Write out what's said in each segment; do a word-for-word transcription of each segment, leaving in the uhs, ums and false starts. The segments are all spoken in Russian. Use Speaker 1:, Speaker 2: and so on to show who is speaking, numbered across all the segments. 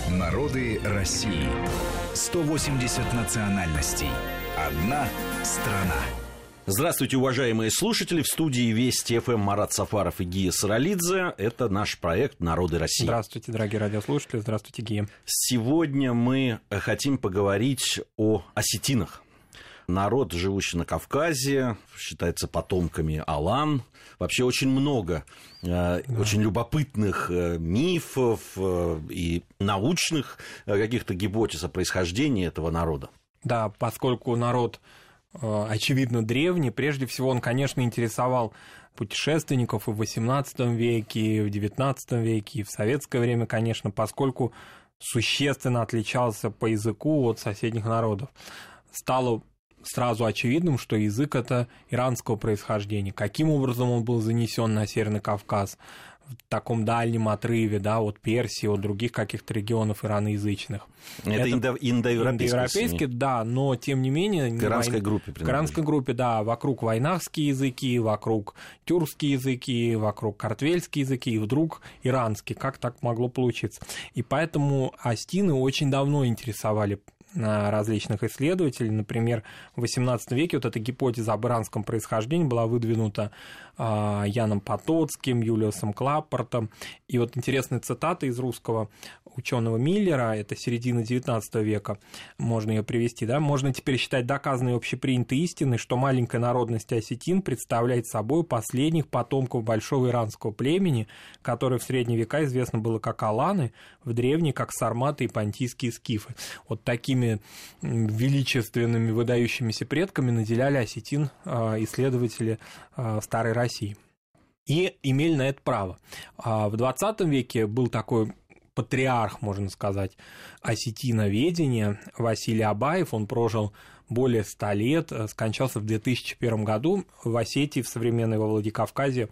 Speaker 1: Народы России. сто восемьдесят национальностей. Одна страна.
Speaker 2: Здравствуйте, уважаемые слушатели. В студии Вести ФМ Марат Сафаров и Гия Саралидзе. Это наш проект «Народы России».
Speaker 3: Здравствуйте, дорогие радиослушатели. Здравствуйте, Гия.
Speaker 2: Сегодня мы хотим поговорить о осетинах. Народ, живущий на Кавказе, считается потомками алан. Вообще очень много э, да. очень любопытных э, мифов э, и научных э, каких-то гипотез о происхождении этого народа.
Speaker 3: Да, поскольку народ, э, очевидно, древний, прежде всего он, конечно, интересовал путешественников и в восемнадцатом веке, и в девятнадцатом веке, и в советское время, конечно, поскольку существенно отличался по языку от соседних народов. Стало сразу очевидным, что язык это иранского происхождения. Каким образом он был занесен на Северный Кавказ в таком дальнем отрыве, да, от Персии, от других каких-то регионов ираноязычных.
Speaker 2: Это, это индо- индоевропейский,
Speaker 3: индоевропейский, да, но тем не менее...
Speaker 2: К иранской войн... группе.
Speaker 3: К иранской группе, да, вокруг вайнахские языки, вокруг тюркские языки, вокруг картвельские языки, и вдруг иранские. Как так могло получиться? И поэтому осетины очень давно интересовали различных исследователей. Например, в восемнадцатом веке вот эта гипотеза об иранском происхождении была выдвинута э, Яном Потоцким, Юлиусом Клаппартом. И вот интересная цитата из русского ученого Миллера, это середина девятнадцатого века, можно ее привести, да, можно теперь считать доказанной общепринятой истиной, что маленькая народность осетин представляет собой последних потомков большого иранского племени, которое в средние века известно было как аланы, в древние как сарматы и понтийские скифы. Вот такими величественными выдающимися предками наделяли осетин исследователи Старой России. И имели на это право. В двадцатом веке был такой патриарх, можно сказать, осетиноведения Василий Абаев. Он прожил более ста лет, скончался в две тысячи первом году в Осетии, в современной во Владикавказе.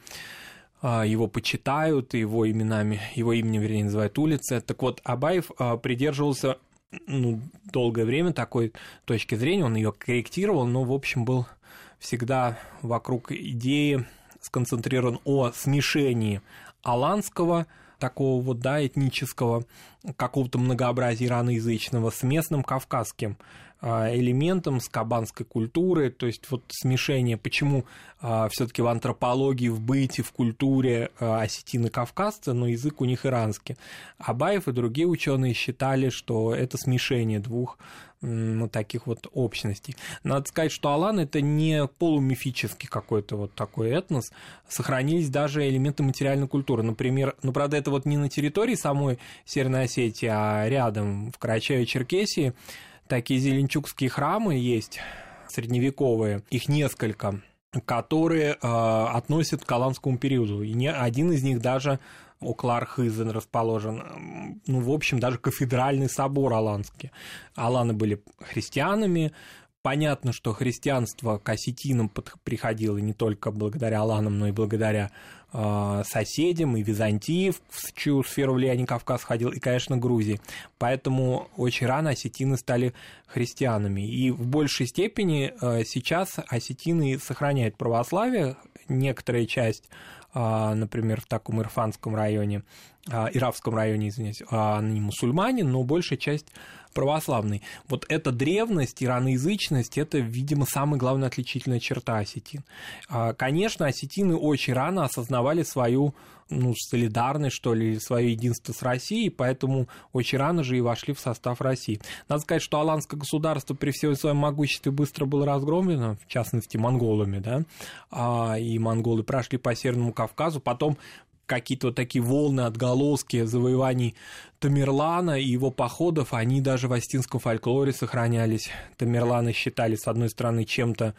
Speaker 3: Его почитают, его именами, его именем, вернее, называют улицы. Так вот, Абаев придерживался ну, долгое время такой точки зрения, он ее корректировал, но, в общем, был всегда вокруг идеи сконцентрирован о смешении аланского, такого вот, да, этнического, какого-то многообразия ираноязычного с местным кавказским элементом, с кабанской культурой, то есть вот смешение, почему все-таки в антропологии, в быте, в культуре осетины кавказцы, но язык у них иранский. Абаев и другие ученые считали, что это смешение двух ну, таких вот общностей. Надо сказать, что алан это не полумифический какой-то вот такой этнос, сохранились даже элементы материальной культуры. Например, ну, правда, это вот не на территории самой Северной Осетии, а рядом, в Карачаево-Черкесии, такие зеленчукские храмы есть, средневековые, их несколько, которые э, относят к аланскому периоду. И не, один из них даже около Архыза расположен. Ну, в общем, даже кафедральный собор аланский. Аланы были христианами. Понятно, что христианство к осетинам приходило не только благодаря аланам, но и благодаря э, соседям, и Византии, в чью сферу влияния Кавказ входил, и, конечно, Грузии. Поэтому очень рано осетины стали христианами. И в большей степени э, сейчас осетины сохраняют православие, некоторая часть, э, например, в таком Ирфанском районе, э, Иравском районе, извиняюсь, они мусульмане, но большая часть православный. Вот эта древность, ираноязычность, это, видимо, самая главная отличительная черта осетин. Конечно, осетины очень рано осознавали свою ну, солидарность, что ли, свое единство с Россией, поэтому очень рано же и вошли в состав России. Надо сказать, что аланское государство при всем своем могуществе быстро было разгромлено, в частности, монголами, да, и монголы прошли по Северному Кавказу, потом какие-то вот такие волны, отголоски завоеваний Тамерлана и его походов, они даже в осетинском фольклоре сохранялись. Тамерланы считали, с одной стороны, чем-то,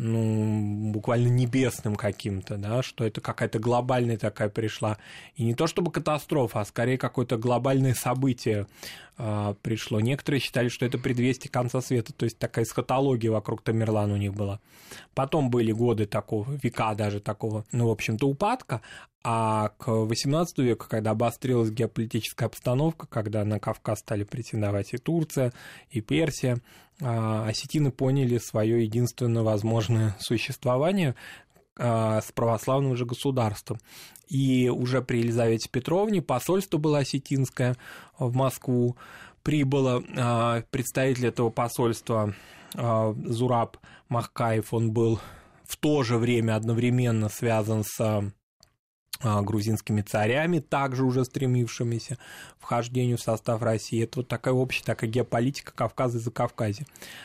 Speaker 3: ну, буквально небесным каким-то, да, что это какая-то глобальная такая пришла. И не то чтобы катастрофа, а скорее какое-то глобальное событие а, пришло. Некоторые считали, что это предвестие конца света, то есть такая эсхатология вокруг Тамерлана у них была. Потом были годы такого, века даже такого, ну, в общем-то, упадка. А к восемнадцатому веку, когда обострилась геополитическая обстановка, когда на Кавказ стали претендовать и Турция, и Персия, осетины поняли свое единственное возможное существование, с православным же государством. И уже при Елизавете Петровне посольство было осетинское в Москву, прибыло представитель этого посольства Зураб Махкаев, он был в то же время одновременно связан с грузинскими царями, также уже стремившимися к вхождению в состав России. Это вот такая общая такая геополитика Кавказа и Закавказья.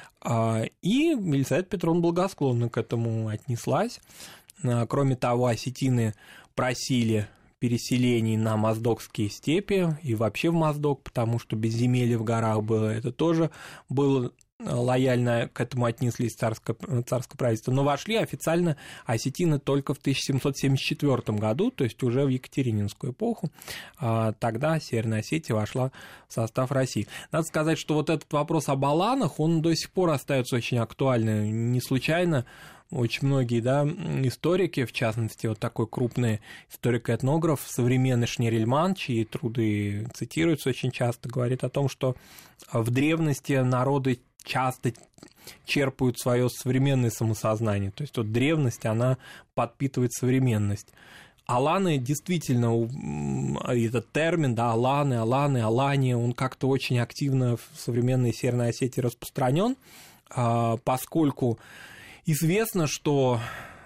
Speaker 3: И Елизавета Петровна благосклонно к этому отнеслась. Кроме того, осетины просили переселений на моздокские степи и вообще в Моздок, потому что безземелье в горах было. Это тоже было лояльно к этому отнеслись царское, царское правительство, но вошли официально осетины только в тысяча семьсот семьдесят четвёртом году, то есть уже в Екатерининскую эпоху. Тогда Северная Осетия вошла в состав России. Надо сказать, что вот этот вопрос об аланах, он до сих пор остается очень актуальным. Не случайно очень многие, да, историки, в частности, вот такой крупный историк-этнограф, современный Шнерельман, чьи труды цитируются очень часто, говорит о том, что в древности народы часто черпают свое современное самосознание. То есть вот древность, она подпитывает современность. Аланы действительно, этот термин, да, аланы, аланы, алания, он как-то очень активно в современной Северной Осетии распространен, поскольку известно, что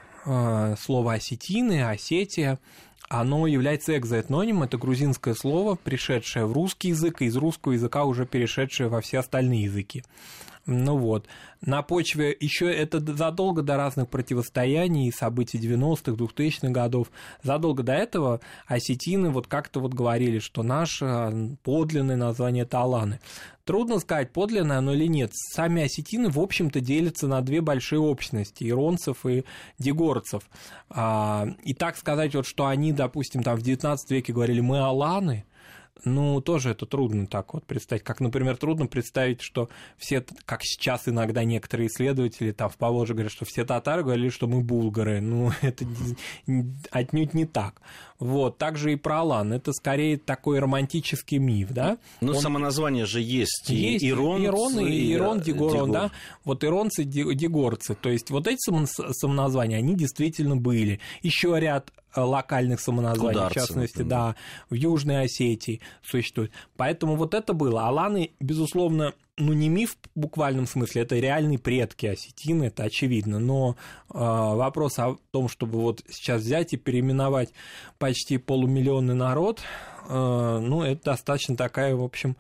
Speaker 3: слово осетины, Осетия, оно является экзоэтнонимом, это грузинское слово, пришедшее в русский язык, и из русского языка уже перешедшее во все остальные языки. Ну вот, на почве еще это задолго до разных противостояний и событий девяностых, двухтысячных годов, задолго до этого осетины вот как-то вот говорили, что наше подлинное название – это аланы. Трудно сказать, подлинное оно или нет. Сами осетины, в общем-то, делятся на две большие общности – иронцев и дегорцев. И так сказать, вот, что они, допустим, там в девятнадцатом веке говорили «мы аланы», ну, тоже это трудно так вот представить. Как, например, трудно представить, что все, как сейчас иногда некоторые исследователи там в Поволжье говорят, что все татары говорили, что мы булгары. Ну, это отнюдь не так. Вот, также и про алан. Это скорее такой романтический миф, да?
Speaker 2: Ну,
Speaker 3: Он...
Speaker 2: само название же есть.
Speaker 3: Есть
Speaker 2: Иронцы,
Speaker 3: Ирон, и Ирон, Дегор,
Speaker 2: Дегор.
Speaker 3: да? Вот иронцы, дегорцы. То есть вот эти самоназвания, они действительно были. Еще ряд локальных самоназваний, Кударцы, в частности, например. Да, в Южной Осетии существует. Поэтому вот это было. Аланы, безусловно, ну, не миф в буквальном смысле, это реальные предки осетины, это очевидно, но э, вопрос о том, чтобы вот сейчас взять и переименовать почти полумиллионный народ, э, ну, это достаточно такая, в общем,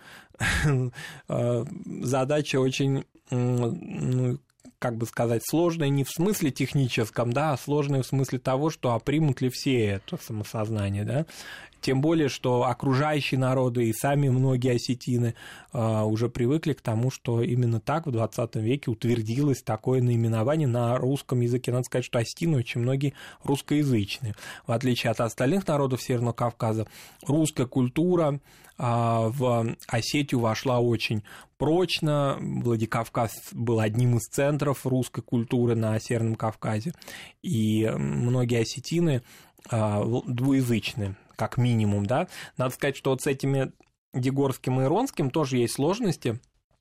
Speaker 3: э, задача очень, э, ну, как бы сказать, сложная не в смысле техническом, да, а сложная в смысле того, что а примут ли все это самосознание, да. Тем более, что окружающие народы и сами многие осетины э, уже привыкли к тому, что именно так в двадцатом веке утвердилось такое наименование на русском языке. Надо сказать, что осетины очень многие русскоязычные. В отличие от остальных народов Северного Кавказа, русская культура э, в Осетию вошла очень прочно. Владикавказ был одним из центров русской культуры на Северном Кавказе. И многие осетины э, двуязычные, как минимум, да. Надо сказать, что вот с этими дегорским и иронским тоже есть сложности.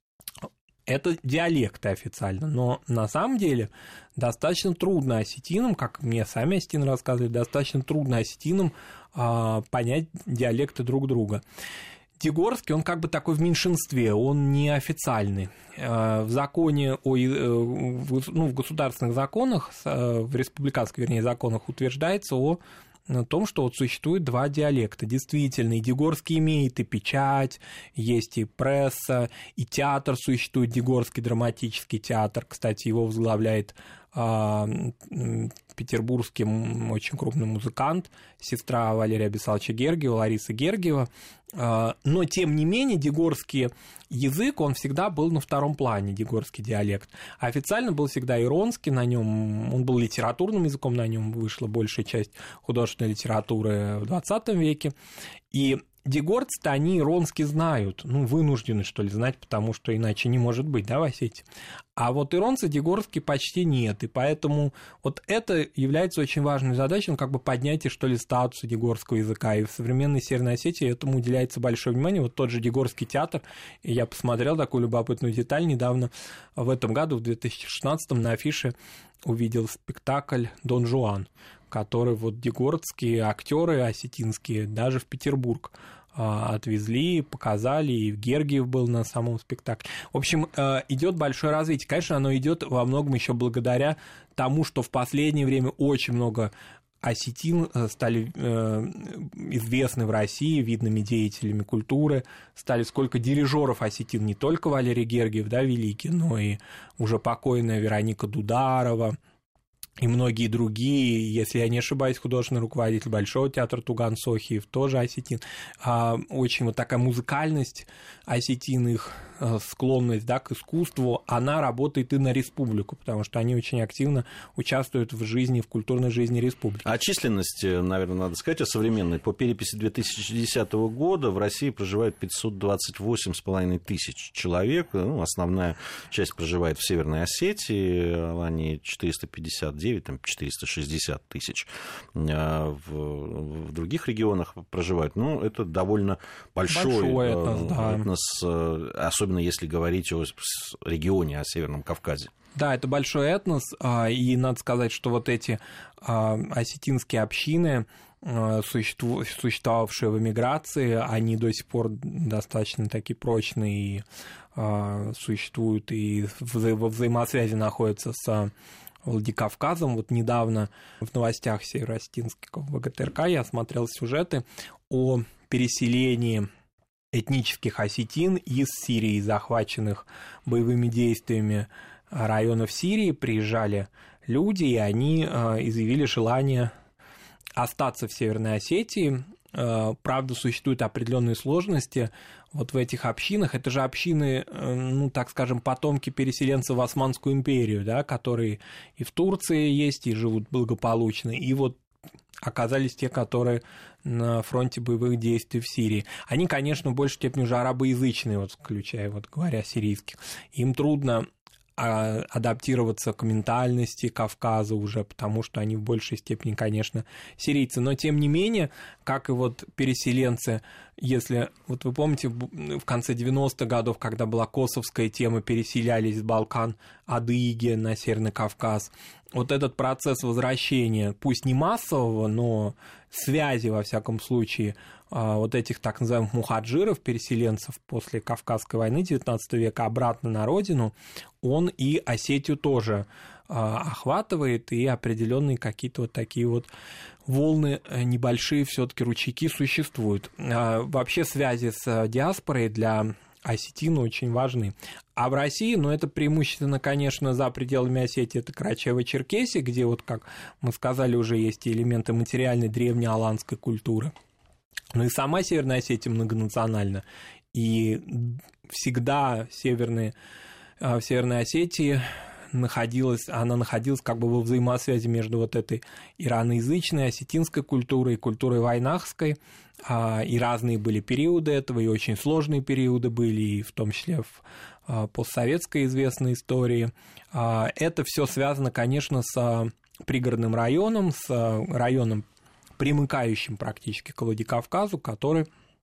Speaker 3: Это диалекты официально, но на самом деле достаточно трудно осетинам, как мне сами осетины рассказывали, достаточно трудно осетинам а, понять диалекты друг друга. Дегорский, он как бы такой в меньшинстве, он не официальный. В законе, о, ну, в государственных законах, в республиканских, вернее, законах утверждается о том, что вот существует два диалекта. Действительно, и Дегорский имеет и печать, есть и пресса, и театр существует, Дегорский драматический театр. Кстати, его возглавляет а, петербургский очень крупный музыкант, сестра Валерия Абисаловича Гергиева, Лариса Гергиева. А, но, тем не менее, дегорский язык, он всегда был на втором плане, дегорский диалект. Официально был всегда иронский, на нем, он был литературным языком, на нем вышла большая часть художественной литературы в двадцатом веке. И дегорцы-то, они иронски знают, ну, вынуждены, что ли, знать, потому что иначе не может быть, да, в Осетии. А вот иронцы дегорски почти нет, и поэтому вот это является очень важной задачей, ну, как бы поднятие, что ли, статуса дегорского языка, и в современной Северной Осетии этому уделяется большое внимание. Вот тот же Дегорский театр, я посмотрел такую любопытную деталь недавно, в этом году, в две тысячи шестнадцатом, на афише увидел спектакль «Дон Жуан», который вот дегорские актеры осетинские даже в Петербург отвезли, показали, и Гергиев был на самом спектакле. В общем, идет большое развитие. Конечно, оно идет во многом еще благодаря тому, что в последнее время очень много осетин стали известны в России видными деятелями культуры, стали сколько дирижеров осетин, не только Валерий Гергиев, да, великий, но и уже покойная Вероника Дударова, и многие другие, если я не ошибаюсь, художественный руководитель Большого театра Туган Сохиев, тоже осетин. Очень вот такая музыкальность осетин, их склонность, да, к искусству, она работает и на республику, потому что они очень активно участвуют в жизни, в культурной жизни республики.
Speaker 2: А численность, наверное, надо сказать, о современной. По переписи две тысячи десятого года в России проживает пятьсот двадцать восемь с половиной тысяч человек. Ну, основная часть проживает в Северной Осетии, Алании четыреста пятьдесят девять, там четыреста шестьдесят тысяч. В, в других регионах проживают. Ну, это довольно большой, большой этнос, да. этнос, особенно если говорить о регионе, о Северном Кавказе.
Speaker 3: Да, это большой этнос, и надо сказать, что вот эти осетинские общины, существовавшие в эмиграции, они до сих пор достаточно такие прочные и существуют, и во взаимосвязи находятся с Владикавказом. Вот недавно в новостях Северо-Осетинского ВГТРК я смотрел сюжеты о переселении этнических осетин из Сирии, захваченных боевыми действиями районов Сирии. Приезжали люди, и они изъявили желание остаться в Северной Осетии. Правда, существуют определенные сложности вот в этих общинах. Это же общины, ну, так скажем, потомки переселенцев в Османскую империю, да, которые и в Турции есть, и живут благополучно, и вот оказались те, которые на фронте боевых действий в Сирии. Они, конечно, в большей степени уже арабоязычные, вот, включая, вот, говоря, сирийских. Им трудно адаптироваться к ментальности Кавказа уже, потому что они в большей степени, конечно, сирийцы. Но, тем не менее, как и вот переселенцы, если, вот вы помните, в конце девяностых годов, когда была косовская тема, переселялись с Балкан адыги на Северный Кавказ, вот этот процесс возвращения, пусть не массового, но связи, во всяком случае, вот этих так называемых мухаджиров, переселенцев после Кавказской войны девятнадцатого века обратно на родину, он и Осетию тоже охватывает, и определенные какие-то вот такие вот волны, небольшие все-таки ручейки существуют. Вообще связи с диаспорой для осетин очень важны. А в России, ну, это преимущественно, конечно, за пределами Осетии, это Карачаево-Черкесия, где, вот, как мы сказали, уже есть элементы материальной древнеаланской культуры. Ну и сама Северная Осетия многонациональна. И всегда северные, в Северной Осетии находилась, она находилась как бы во взаимосвязи между вот этой ираноязычной, осетинской культурой и культурой вайнахской. И разные были периоды этого, и очень сложные периоды были, и в том числе в постсоветской известной истории. Это все связано, конечно, с пригородным районом, с районом, примыкающим практически к Владикавказу, который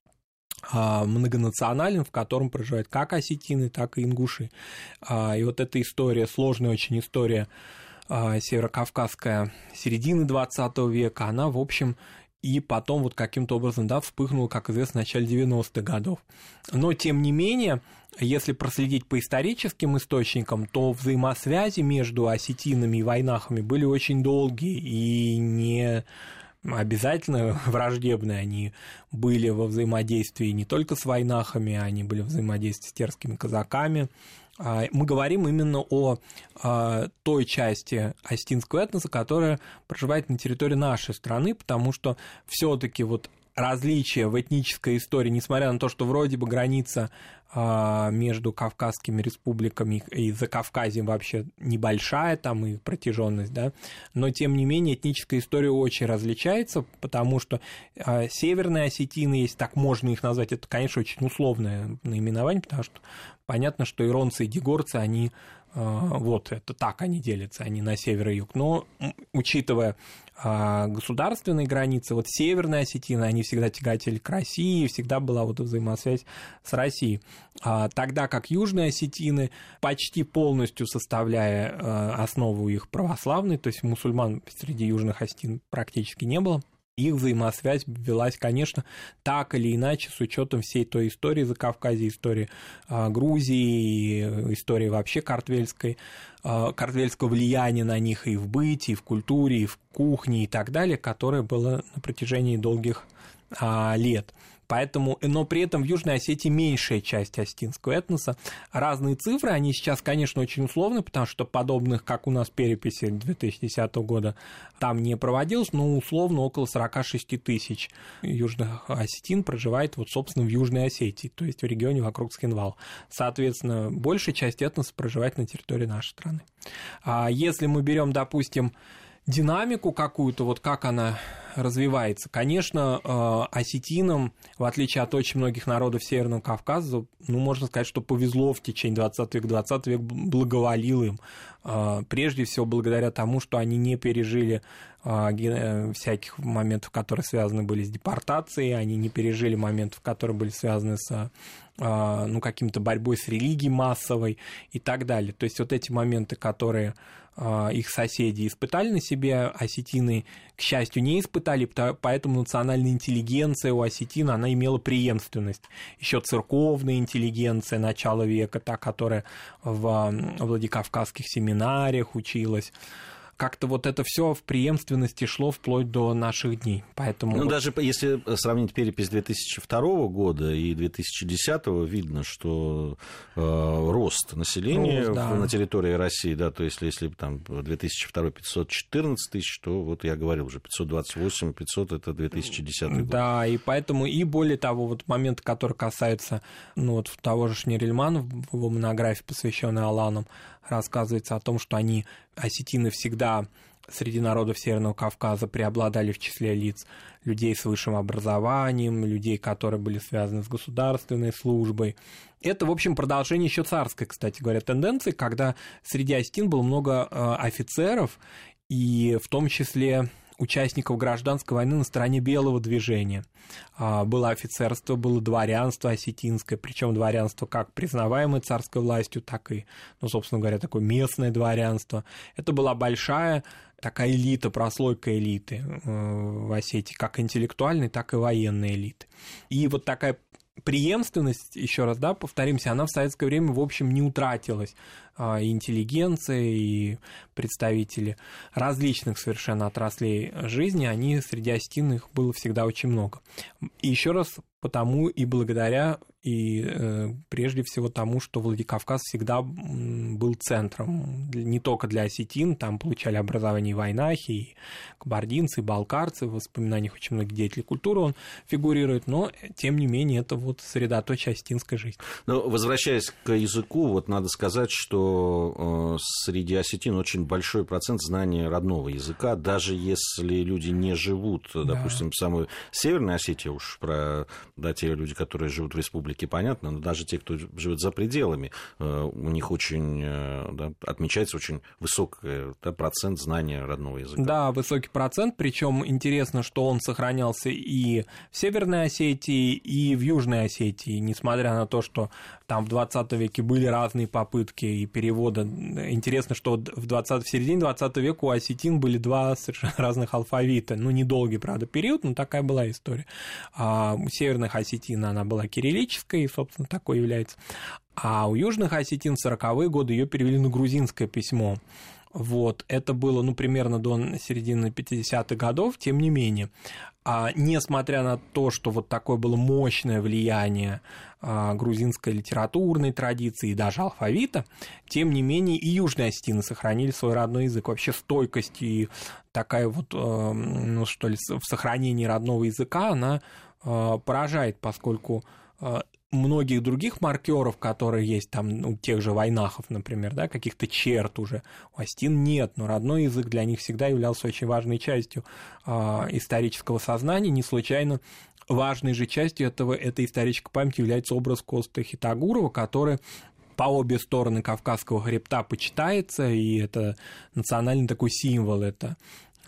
Speaker 3: многонационален, в котором проживают как осетины, так и ингуши. И вот эта история, сложная очень история северокавказская середины двадцатого века, она, в общем, и потом вот каким-то образом, да, вспыхнула, как известно, в начале девяностых годов. Но, тем не менее, если проследить по историческим источникам, то взаимосвязи между осетинами и вайнахами были очень долгие и не обязательно враждебные. Они были во взаимодействии не только с вайнахами, они были в взаимодействии с терскими казаками. Мы говорим именно о той части осетинского этноса, которая проживает на территории нашей страны, потому что все-таки вот различия в этнической истории, несмотря на то, что вроде бы граница между Кавказскими республиками и Закавказьем вообще небольшая, там и протяженность, да, но тем не менее этническая история очень различается, потому что северные осетины, если так можно их назвать, это, конечно, очень условное наименование, потому что понятно, что иронцы и дегорцы, они вот это так они делятся, они на север и юг. Но учитывая государственные границы, вот северные осетины, они всегда тяготели к России, всегда была вот взаимосвязь с Россией. Тогда как южные осетины, почти полностью составляя основу их православной, то есть мусульман среди южных осетин практически не было, их взаимосвязь велась, конечно, так или иначе с учетом всей той истории Закавказья, истории э, Грузии, истории вообще картвельской, э, картвельского влияния на них и в быте, и в культуре, и в кухне и так далее, которое было на протяжении долгих э, лет. Поэтому, но при этом в Южной Осетии меньшая часть осетинского этноса. Разные цифры, они сейчас, конечно, очень условны, потому что подобных, как у нас переписи две тысячи десятого года, там не проводилось, но условно около сорок шесть тысяч южных осетин проживает, вот, собственно, в Южной Осетии, то есть в регионе вокруг Цхинвала. Соответственно, большая часть этноса проживает на территории нашей страны. А если мы берем, допустим, динамику какую-то, вот как она развивается. Конечно, осетинам, в отличие от очень многих народов Северного Кавказа, ну, можно сказать, что повезло в течение двадцатого века. двадцатый век благоволил им, прежде всего благодаря тому, что они не пережили всяких моментов, которые связаны были с депортацией, они не пережили моментов, которые были связаны с ну, каким-то борьбой с религией массовой и так далее. То есть вот эти моменты, которые их соседи испытали на себе, осетины, к счастью, не испытали, поэтому национальная интеллигенция у осетин, она имела преемственность. Еще церковная интеллигенция начала века, та, которая в Владикавказских семинариях училась. Как-то вот это все в преемственности шло вплоть до наших дней. Поэтому
Speaker 2: ну,
Speaker 3: вот...
Speaker 2: даже если сравнить перепись две тысячи второго года и две тысячи десятого, видно, что э, рост населения рост, да. на территории России, да, то есть если там две тысячи второй пятьсот четырнадцать тысяч, то вот я говорил уже пятьсот двадцать восемь, пятьсот это две тысячи десятый год.
Speaker 3: Да, и поэтому, и более того, вот моменты, которые касаются, ну, вот того же Шнирельмана в его монографии, посвященной Аланам, рассказывается о том, что они, осетины, всегда среди народов Северного Кавказа преобладали в числе лиц людей с высшим образованием, людей, которые были связаны с государственной службой. Это, в общем, продолжение еще царской, кстати говоря, тенденции, когда среди осетин было много офицеров, и в том числе участников гражданской войны на стороне белого движения. Было офицерство, было дворянство осетинское, причем дворянство как признаваемое царской властью, так и, ну, собственно говоря, такое местное дворянство. Это была большая такая элита, прослойка элиты в Осетии, как интеллектуальной, так и военной элиты. И вот такая преемственность, еще раз, да, повторимся, она в советское время, в общем, не утратилась. И интеллигенция, и представители различных совершенно отраслей жизни, они среди осетин, их было всегда очень много. И еще раз потому и благодаря, и э, прежде всего тому, что Владикавказ всегда был центром, не только для осетин, там получали образование и вайнахи, и кабардинцы, и балкарцы, в воспоминаниях очень многих деятелей культуры он фигурирует, но, тем не менее, это вот средоточие осетинской жизни.
Speaker 2: Но, возвращаясь к языку, вот надо сказать, что среди осетин очень большой процент знания родного языка, даже если люди не живут, да. допустим, в самой Северной Осетии, уж про да, те люди, которые живут в республике, понятно, но даже те, кто живет за пределами, у них очень, да, отмечается очень высокий да, процент знания родного языка.
Speaker 3: Да, высокий процент, причем интересно, что он сохранялся и в Северной Осетии, и в Южной Осетии, несмотря на то, что там в двадцатом веке были разные попытки и перевода. Интересно, что в, двадцатом, в середине двадцатого века у осетин были два совершенно разных алфавита. Ну, недолгий, правда, период, но такая была история. А у северных осетин она была кириллической, и, собственно, такой является. А у южных осетин в сороковые годы ее перевели на грузинское письмо. Вот, это было, ну, примерно до середины пятидесятых годов, тем не менее. А, несмотря на то, что вот такое было мощное влияние а, грузинской литературной традиции и даже алфавита, тем не менее и южные осетины сохранили свой родной язык. Вообще стойкость и такая вот, а, ну, что ли, в сохранении родного языка, она а, поражает, поскольку а, многих других маркеров, которые есть там у тех же вайнахов, например, да, каких-то черт уже, у осетин нет, но родной язык для них всегда являлся очень важной частью э, исторического сознания. Не случайно важной же частью этого, этой исторической памяти является образ Косты Хитагурова, который по обе стороны Кавказского хребта почитается, и это национальный такой символ, это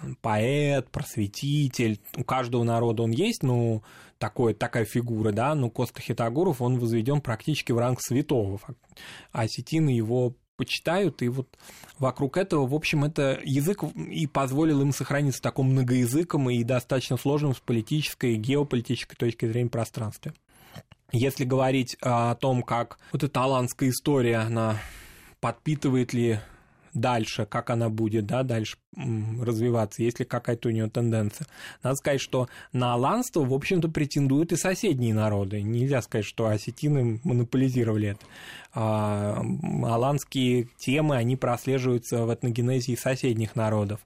Speaker 3: поэт, просветитель, у каждого народа он есть, ну, такой, такая фигура, да, но Коста Хитагуров, он возведен практически в ранг святого, а осетины его почитают, и вот вокруг этого, в общем, это язык и позволил им сохраниться в таком многоязыком и достаточно сложном с политической и геополитической точки зрения пространстве. Если говорить о том, как вот эта аланская история, она подпитывает ли дальше, как она будет, да, дальше развиваться, есть ли какая-то у нее тенденция. Надо сказать, что на аланство, в общем-то, претендуют и соседние народы. Нельзя сказать, что осетины монополизировали это. А, аланские темы, они прослеживаются в этногенезе соседних народов.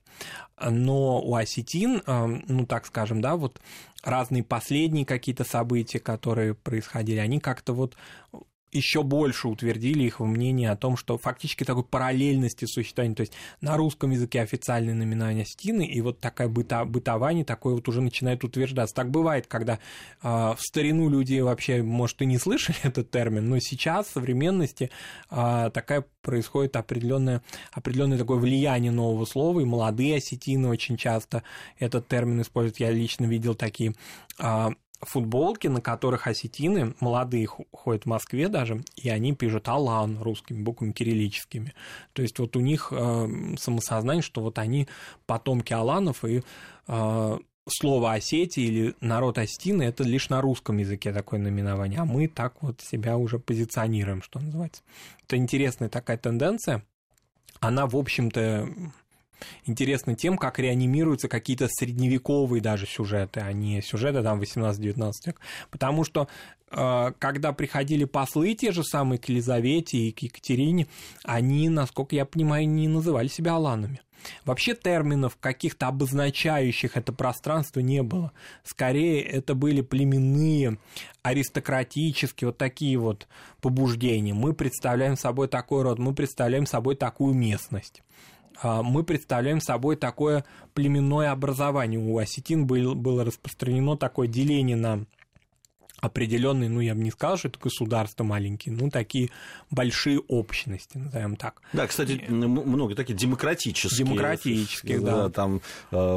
Speaker 3: Но у осетин, ну, так скажем, да, вот разные последние какие-то события, которые происходили, они как-то вот еще больше утвердили их мнение о том, что фактически такой параллельности существования, то есть на русском языке официальное наименование осетины, и вот такое быто, бытование такое вот уже начинает утверждаться. Так бывает, когда э, в старину люди вообще, может, и не слышали этот термин, но сейчас, в современности, э, такая происходит определенное, определенное такое влияние нового слова, и молодые осетины очень часто этот термин используют. Я лично видел такие э, футболки, на которых осетины, молодые ходят в Москве даже, и они пишут «Алан» русскими буквами кириллическими. То есть вот у них э, самосознание, что вот они потомки аланов, и э, слово Осетия или народ осетины – это лишь на русском языке такое наименование, а мы так вот себя уже позиционируем, что называется. Это интересная такая тенденция. Она, в общем-то, интересно тем, как реанимируются какие-то средневековые даже сюжеты, а не сюжеты там восемнадцатый-девятнадцатый век. Потому что э, когда приходили послы те же самые к Елизавете и к Екатерине, они, насколько я понимаю, не называли себя аланами. Вообще терминов каких-то обозначающих это пространство не было. Скорее, это были племенные, аристократические, вот такие вот побуждения. Мы представляем собой такой род, мы представляем собой такую местность. Мы представляем собой такое племенное образование. У осетин было, было распространено такое деление на определенные, ну, я бы не сказал, что это государства маленькие, ну, такие большие общности, назовем так.
Speaker 2: Да, кстати, и... много таких демократических.
Speaker 3: Демократических, да.
Speaker 2: да. Там э,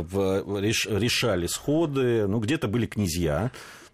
Speaker 2: решали сходы, ну, где-то были князья.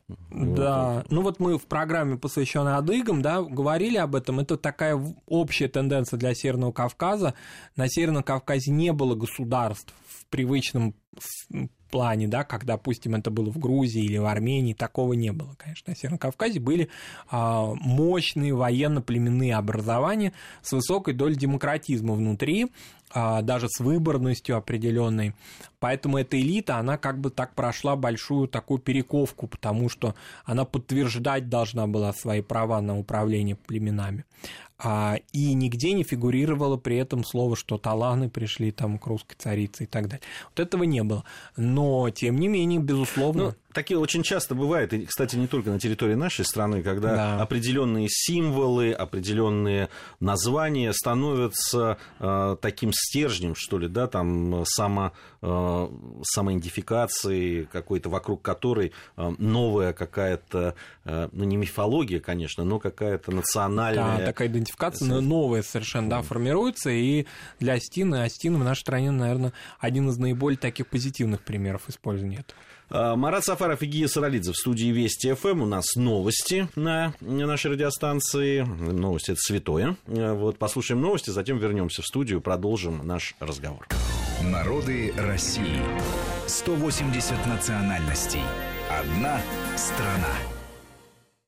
Speaker 3: Да, вот. Ну вот мы в программе, посвященной адыгам, да, говорили об этом. Это такая общая тенденция для Северного Кавказа. На Северном Кавказе не было государств в привычном плане, да, как, допустим, это было в Грузии или в Армении, такого не было, конечно. На Северном Кавказе были а, мощные военно-племенные образования с высокой долей демократизма внутри, а, даже с выборностью определенной. Поэтому эта элита, она как бы так прошла большую такую перековку, потому что она подтверждать должна была свои права на управление племенами. А, и нигде не фигурировало при этом слово, что таланы пришли там к русской царице и так далее. Вот этого не было. Но, тем не менее, безусловно...
Speaker 2: Ну, такие очень часто бывает, и, кстати, не только на территории нашей страны, когда да. определенные символы, определенные названия становятся э, таким стержнем, что ли, да, там само, э, самоидентификации какой-то, вокруг которой э, новая какая-то, э, ну, не мифология, конечно, но какая-то национальная...
Speaker 3: Да, такая идентификация, но новая совершенно, да, формируется, и для осетины, осетины в нашей стране, наверное, один из наиболее таких позитивных примеров использования этого.
Speaker 2: Марат Сафаров и Гия Саралидзе в студии Вести ФМ. У нас новости на нашей радиостанции. Новости – это святое. Вот, послушаем новости, затем вернемся в студию, продолжим наш разговор.
Speaker 1: Народы России. сто восемьдесят национальностей. Одна страна.